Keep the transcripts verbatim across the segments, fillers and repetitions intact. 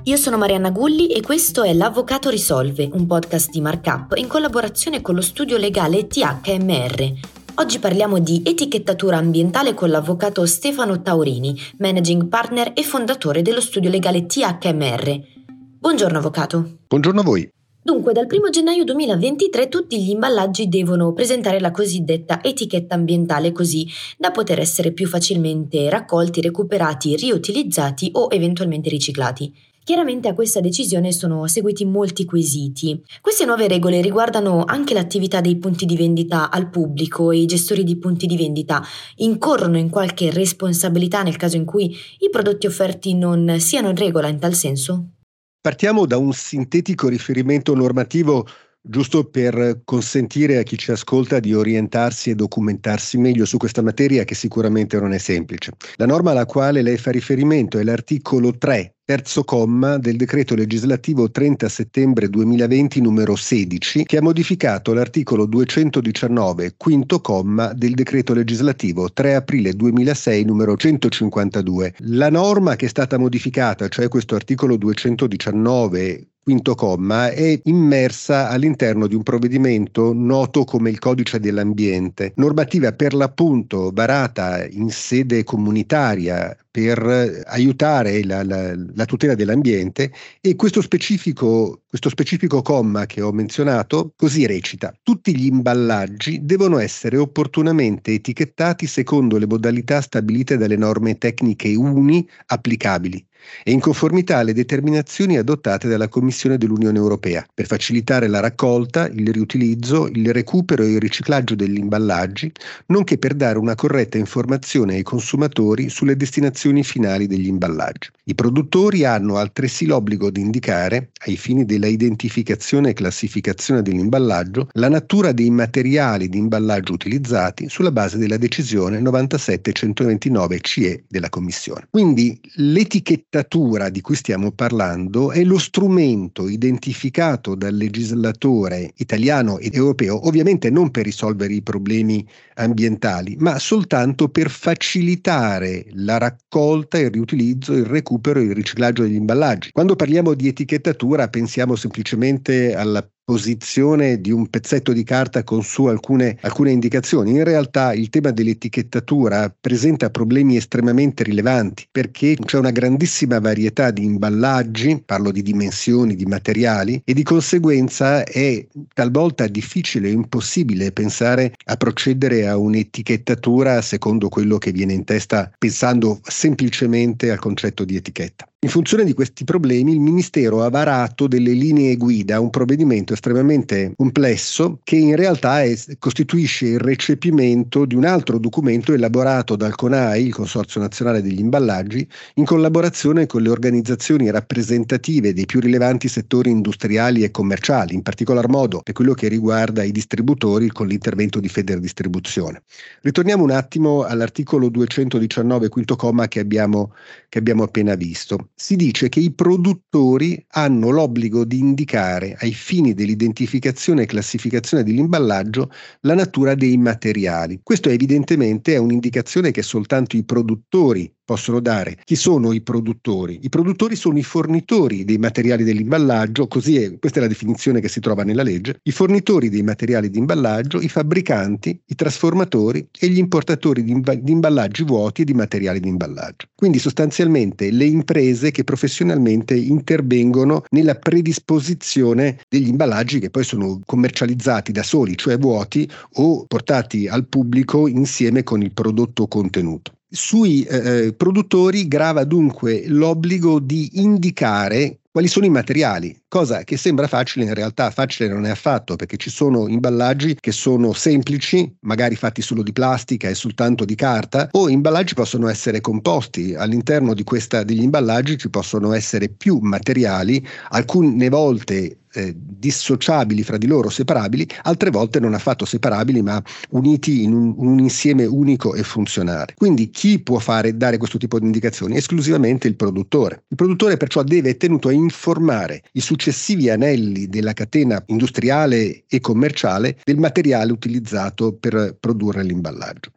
Io sono Marianna Gulli e questo è L'Avvocato Risolve, un podcast di Markup in collaborazione con lo studio legale T H M R. Oggi parliamo di etichettatura ambientale con l'avvocato Stefano Taurini, managing partner e fondatore dello studio legale T H M R. Buongiorno avvocato. Buongiorno a voi. Dunque, dal primo gennaio duemilaventitré tutti gli imballaggi devono presentare la cosiddetta etichetta ambientale, così da poter essere più facilmente raccolti, recuperati, riutilizzati o eventualmente riciclati. Chiaramente a questa decisione sono seguiti molti quesiti. Queste nuove regole riguardano anche l'attività dei punti di vendita al pubblico e i gestori di punti di vendita incorrono in qualche responsabilità nel caso in cui i prodotti offerti non siano in regola in tal senso? Partiamo da un sintetico riferimento normativo giusto per consentire a chi ci ascolta di orientarsi e documentarsi meglio su questa materia che sicuramente non è semplice. La norma alla quale lei fa riferimento è l'articolo tre, terzo comma del decreto legislativo trenta settembre duemilaventi numero sedici, che ha modificato l'articolo duecentodiciannove, quinto comma del decreto legislativo tre aprile duemilasei numero centocinquantadue. La norma che è stata modificata, cioè questo articolo duecentodiciannove, quinto comma, è immersa all'interno di un provvedimento noto come il Codice dell'Ambiente, normativa per l'appunto varata in sede comunitaria per aiutare la, la, la tutela dell'ambiente, e questo specifico, questo specifico comma che ho menzionato così recita: tutti gli imballaggi devono essere opportunamente etichettati secondo le modalità stabilite dalle norme tecniche U N I applicabili e in conformità alle determinazioni adottate dalla Commissione dell'Unione Europea, per facilitare la raccolta, il riutilizzo, il recupero e il riciclaggio degli imballaggi, nonché per dare una corretta informazione ai consumatori sulle destinazioni finali degli imballaggi. I produttori hanno altresì l'obbligo di indicare, ai fini della identificazione e classificazione dell'imballaggio, la natura dei materiali di imballaggio utilizzati sulla base della decisione novantasette centoventinove C E della Commissione. Quindi l'etichettatura di cui stiamo parlando è lo strumento identificato dal legislatore italiano ed europeo, ovviamente non per risolvere i problemi ambientali, ma soltanto per facilitare la raccolta, il riutilizzo, il recupero e il riciclaggio degli imballaggi. Quando parliamo di etichettatura pensiamo semplicemente alla posizione di un pezzetto di carta con su alcune, alcune indicazioni. In realtà il tema dell'etichettatura presenta problemi estremamente rilevanti perché c'è una grandissima varietà di imballaggi, parlo di dimensioni, di materiali, e di conseguenza è talvolta difficile o impossibile pensare a procedere a un'etichettatura secondo quello che viene in testa pensando semplicemente al concetto di etichetta. In funzione di questi problemi il Ministero ha varato delle linee guida, un provvedimento estremamente complesso che in realtà è, costituisce il recepimento di un altro documento elaborato dal CONAI, il Consorzio Nazionale degli Imballaggi, in collaborazione con le organizzazioni rappresentative dei più rilevanti settori industriali e commerciali, in particolar modo per quello che riguarda i distributori con l'intervento di Federdistribuzione. Ritorniamo un attimo all'articolo duecentodiciannove, quinto comma, che abbiamo, che abbiamo appena visto. Si dice che i produttori hanno l'obbligo di indicare ai fini dell'identificazione e classificazione dell'imballaggio la natura dei materiali. Questo evidentemente è un'indicazione che soltanto i produttori possono dare. Chi sono i produttori? I produttori sono i fornitori dei materiali dell'imballaggio, così è, questa è la definizione che si trova nella legge, i fornitori dei materiali di imballaggio, i fabbricanti, i trasformatori e gli importatori di, imba- di imballaggi vuoti e di materiali di imballaggio. Quindi sostanzialmente le imprese che professionalmente intervengono nella predisposizione degli imballaggi che poi sono commercializzati da soli, cioè vuoti, o portati al pubblico insieme con il prodotto contenuto. Sui eh, produttori grava dunque l'obbligo di indicare quali sono i materiali, cosa che sembra facile, in realtà facile non è affatto, perché ci sono imballaggi che sono semplici, magari fatti solo di plastica e soltanto di carta, o imballaggi possono essere composti. All'interno di questa, degli imballaggi ci possono essere più materiali, alcune volte eh, dissociabili fra di loro, separabili, altre volte non affatto separabili, ma uniti in un, un insieme unico e funzionale. Quindi chi può fare, dare questo tipo di indicazioni? Esclusivamente il produttore. Il produttore perciò deve è tenuto a informare i successivi anelli della catena industriale e commerciale del materiale utilizzato per produrre l'imballaggio.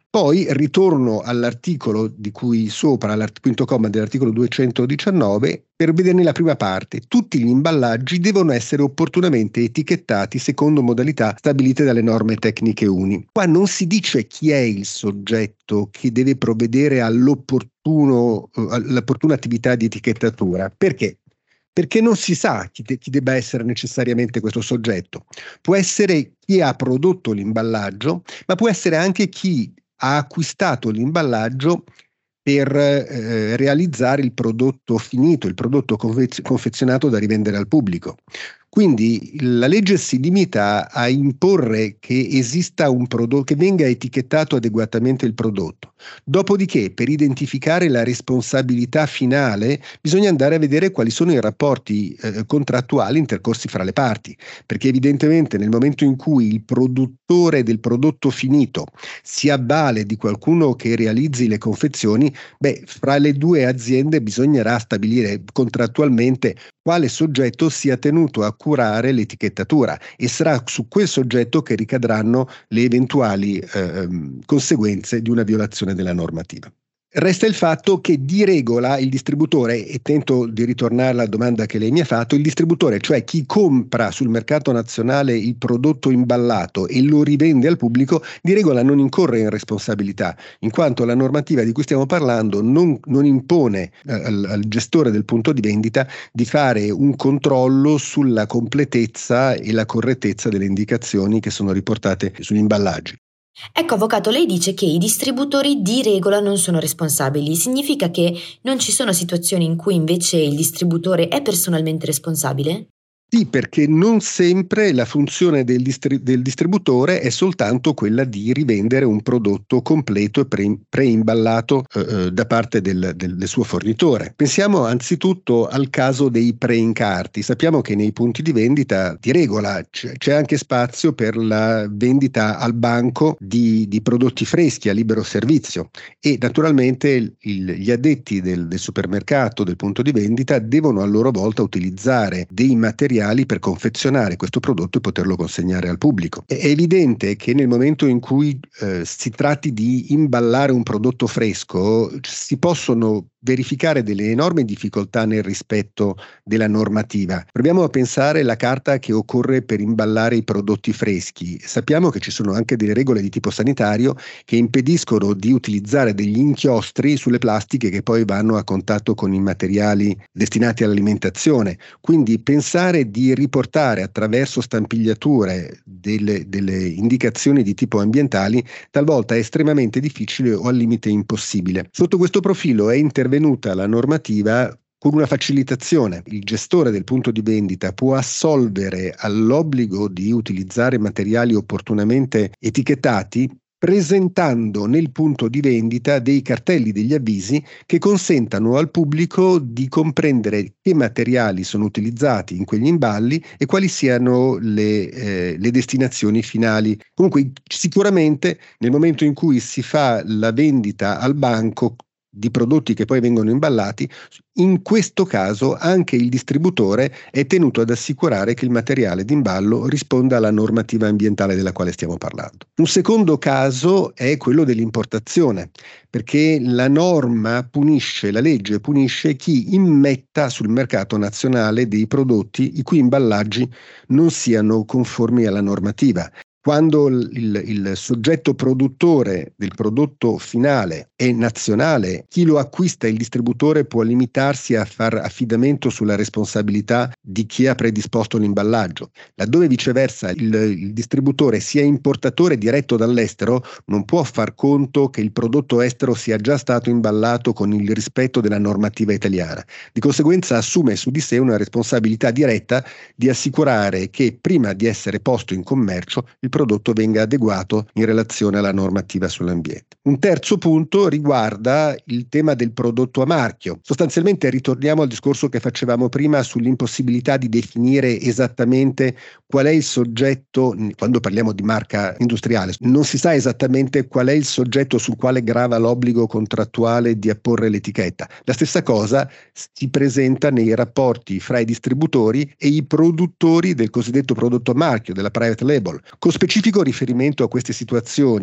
Poi ritorno all'articolo di cui sopra, al quinto comma dell'articolo duecentodiciannove, per vederne la prima parte. Tutti gli imballaggi devono essere opportunamente etichettati secondo modalità stabilite dalle norme tecniche uni. Qua non si dice chi è il soggetto che deve provvedere all'opportuno, all'opportuna attività di etichettatura. Perché? Perché non si sa chi, de- chi debba essere necessariamente questo soggetto. Può essere chi ha prodotto l'imballaggio, ma può essere anche chi ha acquistato l'imballaggio per eh, realizzare il prodotto finito, il prodotto confez- confezionato da rivendere al pubblico. Quindi la legge si limita a imporre che esista un prodotto, che venga etichettato adeguatamente il prodotto. Dopodiché, per identificare la responsabilità finale, bisogna andare a vedere quali sono i rapporti eh, contrattuali intercorsi fra le parti, perché evidentemente nel momento in cui il produttore del prodotto finito si avvale di qualcuno che realizzi le confezioni, beh, fra le due aziende bisognerà stabilire contrattualmente quale soggetto sia tenuto a curare l'etichettatura, e sarà su quel soggetto che ricadranno le eventuali eh, conseguenze di una violazione della normativa. Resta il fatto che di regola il distributore, e tento di ritornare alla domanda che lei mi ha fatto, il distributore, cioè chi compra sul mercato nazionale il prodotto imballato e lo rivende al pubblico, di regola non incorre in responsabilità, in quanto la normativa di cui stiamo parlando non, non impone eh, al, al gestore del punto di vendita di fare un controllo sulla completezza e la correttezza delle indicazioni che sono riportate sugli imballaggi. Ecco, avvocato, lei dice che i distributori di regola non sono responsabili. Significa che non ci sono situazioni in cui invece il distributore è personalmente responsabile? Sì, perché non sempre la funzione del, distri- del distributore è soltanto quella di rivendere un prodotto completo e pre- preimballato eh, da parte del, del, del suo fornitore. Pensiamo anzitutto al caso dei preincarti. Sappiamo che nei punti di vendita di regola c- c'è anche spazio per la vendita al banco di, di prodotti freschi a libero servizio, e naturalmente il, il, gli addetti del, del supermercato, del punto di vendita, devono a loro volta utilizzare dei materiali per confezionare questo prodotto e poterlo consegnare al pubblico. È evidente che nel momento in cui eh, si tratti di imballare un prodotto fresco, si possono verificare delle enormi difficoltà nel rispetto della normativa. Proviamo a pensare alla carta che occorre per imballare i prodotti freschi. Sappiamo che ci sono anche delle regole di tipo sanitario che impediscono di utilizzare degli inchiostri sulle plastiche che poi vanno a contatto con i materiali destinati all'alimentazione. Quindi pensare di riportare attraverso stampigliature delle, delle indicazioni di tipo ambientali talvolta è estremamente difficile o al limite impossibile. Sotto questo profilo è intervenuta la normativa con una facilitazione. Il gestore del punto di vendita può assolvere all'obbligo di utilizzare materiali opportunamente etichettati presentando nel punto di vendita dei cartelli, degli avvisi che consentano al pubblico di comprendere che materiali sono utilizzati in quegli imballi e quali siano le, eh, le destinazioni finali. Comunque sicuramente nel momento in cui si fa la vendita al banco di prodotti che poi vengono imballati, in questo caso anche il distributore è tenuto ad assicurare che il materiale d'imballo risponda alla normativa ambientale della quale stiamo parlando. Un secondo caso è quello dell'importazione, perché la norma punisce, la legge punisce chi immetta sul mercato nazionale dei prodotti i cui imballaggi non siano conformi alla normativa. Quando il, il soggetto produttore del prodotto finale è nazionale, chi lo acquista, il distributore, può limitarsi a far affidamento sulla responsabilità di chi ha predisposto l'imballaggio. Laddove viceversa il, il distributore sia importatore diretto dall'estero, non può far conto che il prodotto estero sia già stato imballato con il rispetto della normativa italiana. Di conseguenza assume su di sé una responsabilità diretta di assicurare che prima di essere posto in commercio il prodotto venga adeguato in relazione alla normativa sull'ambiente. Un terzo punto riguarda il tema del prodotto a marchio. Sostanzialmente ritorniamo al discorso che facevamo prima sull'impossibilità di definire esattamente qual è il soggetto, quando parliamo di marca industriale, non si sa esattamente qual è il soggetto sul quale grava l'obbligo contrattuale di apporre l'etichetta. La stessa cosa si presenta nei rapporti fra i distributori e i produttori del cosiddetto prodotto a marchio, della private label. Con specifico riferimento a queste situazioni,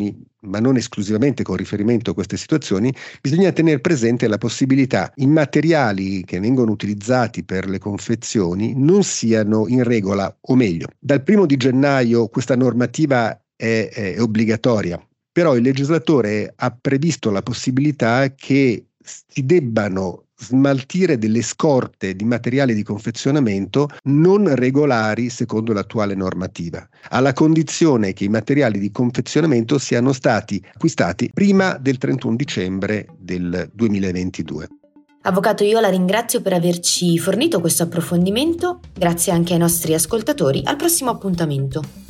ma non esclusivamente con riferimento a queste situazioni, bisogna tenere presente la possibilità i materiali che vengono utilizzati per le confezioni non siano in regola, o meglio, dal primo di gennaio questa normativa è, è obbligatoria, però il legislatore ha previsto la possibilità che si debbano smaltire delle scorte di materiali di confezionamento non regolari secondo l'attuale normativa, alla condizione che i materiali di confezionamento siano stati acquistati prima del trentuno dicembre del duemilaventidue. Avvocato, io la ringrazio per averci fornito questo approfondimento, grazie anche ai nostri ascoltatori, al prossimo appuntamento.